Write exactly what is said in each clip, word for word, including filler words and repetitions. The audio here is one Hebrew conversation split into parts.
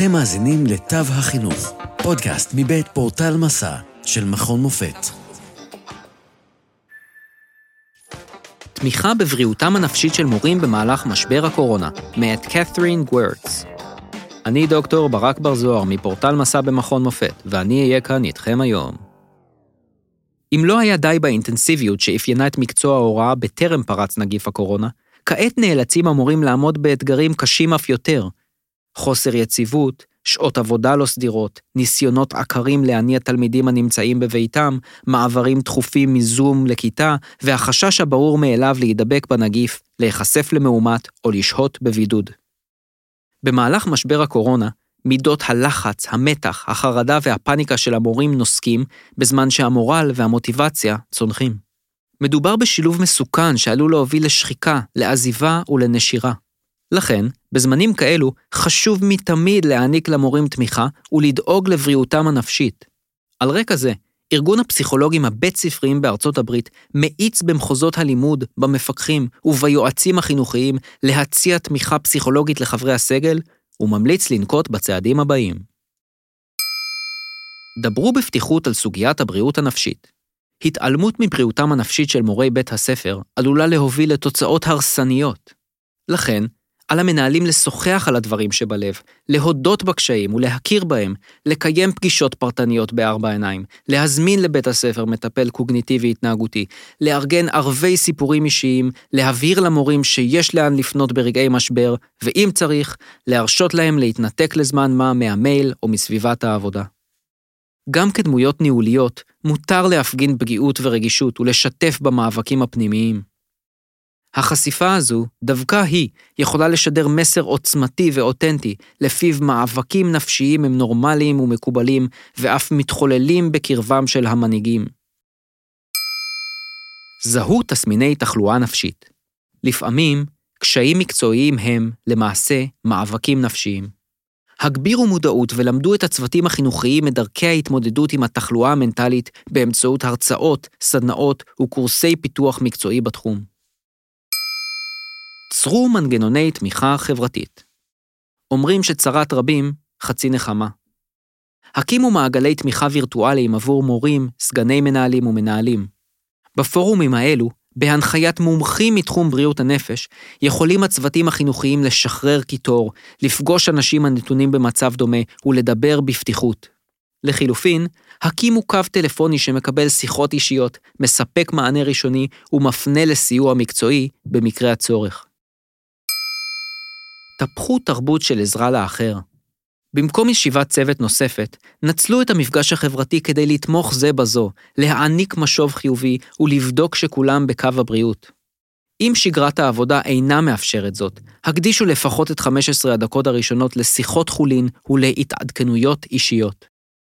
אתם מאזינים לתו החינוך, פודקאסט מבית פורטל מסע של מכון מופת. תמיכה בבריאותם הנפשית של מורים במהלך משבר הקורונה, מאת קת'רין גוורץ. אני דוקטור ברק בר זוהר מפורטל מסע במכון מופת, ואני אהיה כאן איתכם היום. אם לא היה די באינטנסיביות שאפיינה את מקצוע ההוראה בטרם פרץ נגיף הקורונה, כעת נאלצים המורים לעמוד באתגרים קשים אף יותר. חוסר יציבות, שעות עבודה לא סדירות, ניסיונות עקרים להניע תלמידים הנמצאים בביתם, מעברים תכופים מזום לכיתה, והחשש הברור מאליו להידבק בנגיף, להיחשף למאומת או לשהות בבידוד. במהלך משבר הקורונה, מידות הלחץ, המתח, החרדה והפניקה של המורים נוסקים, בזמן שהמורל והמוטיבציה צונחים. מדובר בשילוב מסוכן שעלול להוביל לשחיקה, לעזיבה ולנשירה. לכן, בזמנים כאלו, חשוב מתמיד להעניק למורים תמיכה ולדאוג לבריאותם הנפשית. על רקע זה, ארגון הפסיכולוגים הבית-ספריים בארצות הברית מאיץ במחוזות הלימוד, במפקחים וביועצים החינוכיים להציע תמיכה פסיכולוגית לחברי הסגל, וממליץ לנקוט בצעדים הבאים. דברו בפתיחות על סוגיית הבריאות הנפשית. התעלמות מבריאותם הנפשית של מורי בית הספר עלולה להוביל לתוצאות הרסניות. לכן, על המנהלים לשוחח על הדברים שבלב, להודות בקשיים ולהכיר בהם, לקיים פגישות פרטניות בארבע עיניים, להזמין לבית הספר מטפל קוגניטיבי התנהגותי, לארגן ערבי סיפורים אישיים, להבהיר למורים שיש לאן לפנות ברגעי משבר, ואם צריך, להרשות להם להתנתק לזמן מה מהמייל או מסביבת העבודה. גם כדמויות ניהוליות, מותר להפגין פגיעות ורגישות ולשתף במאבקים הפנימיים. החשיפה הזו, דווקא היא, יכולה לשדר מסר עוצמתי ואותנטי, לפיו מאבקים נפשיים הם נורמליים ומקובלים, ואף מתחוללים בקרבם של המנהיגים. זהו תסמיני תחלואה נפשית. לפעמים, קשיים מקצועיים הם, למעשה, מאבקים נפשיים. הגבירו מודעות ולמדו את הצוותים החינוכיים את דרכי ההתמודדות עם התחלואה המנטלית באמצעות הרצאות, סדנאות וקורסי פיתוח מקצועי בתחום. צרו מנגנוני תמיכה חברתית. אומרים שצרת רבים, חצי נחמה. הקימו מעגלי תמיכה וירטואליים עבור מורים, סגני מנהלים ומנהלים. בפורומים האלו, בהנחיית מומחים מתחום בריאות הנפש, יכולים הצוותים החינוכיים לשחרר קיטור, לפגוש אנשים הנתונים במצב דומה ולדבר בפתיחות. לחילופין, הקימו קו טלפוני שמקבל שיחות אישיות, מספק מענה ראשוני ומפנה לסיוע מקצועי במקרה הצורך. תפחו תרבות של עזרה לאחר. במקום ישיבת צוות נוספת, נצלו את המפגש החברתי כדי לתמוך זה בזו, להעניק משוב חיובי ולבדוק שכולם בקו הבריאות. אם שגרת העבודה אינה מאפשרת זאת, הקדישו לפחות את חמש עשרה הדקות הראשונות לשיחות חולין ולהתעדכנויות אישיות.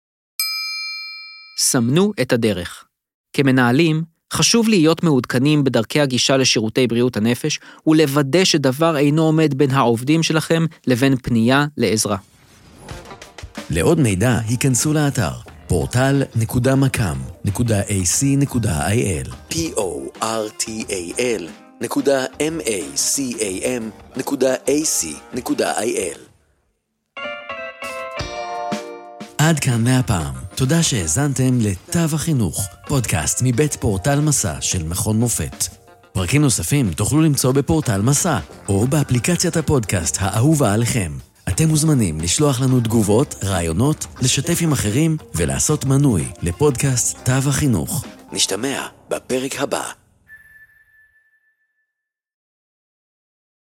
סמנו את הדרך. כמנהלים, חשוב להיות מעודכנים בדרכי הגישה לשירותי בריאות הנפש, ולוודא שדבר אינו עומד בין העובדים שלכם לבין פנייה לעזרה. לעוד מידע, היכנסו לאתר פורטל נקודה מקאם נקודה איי סי נקודה איי אל פי או אר טי איי אל נקודה אם איי סי איי אם נקודה איי סי נקודה איי אל. עד כאן מהפעם. תודה שהאזנתם לתו החינוך, פודקאסט מבית פורטל מסע של מכון מופת. פרקים נוספים תוכלו למצוא בפורטל מסע, או באפליקציית הפודקאסט האהובה עליכם. אתם מוזמנים לשלוח לנו תגובות, רעיונות, לשתף עם אחרים, ולעשות מנוי לפודקאסט תו החינוך. נשתמע בפרק הבא.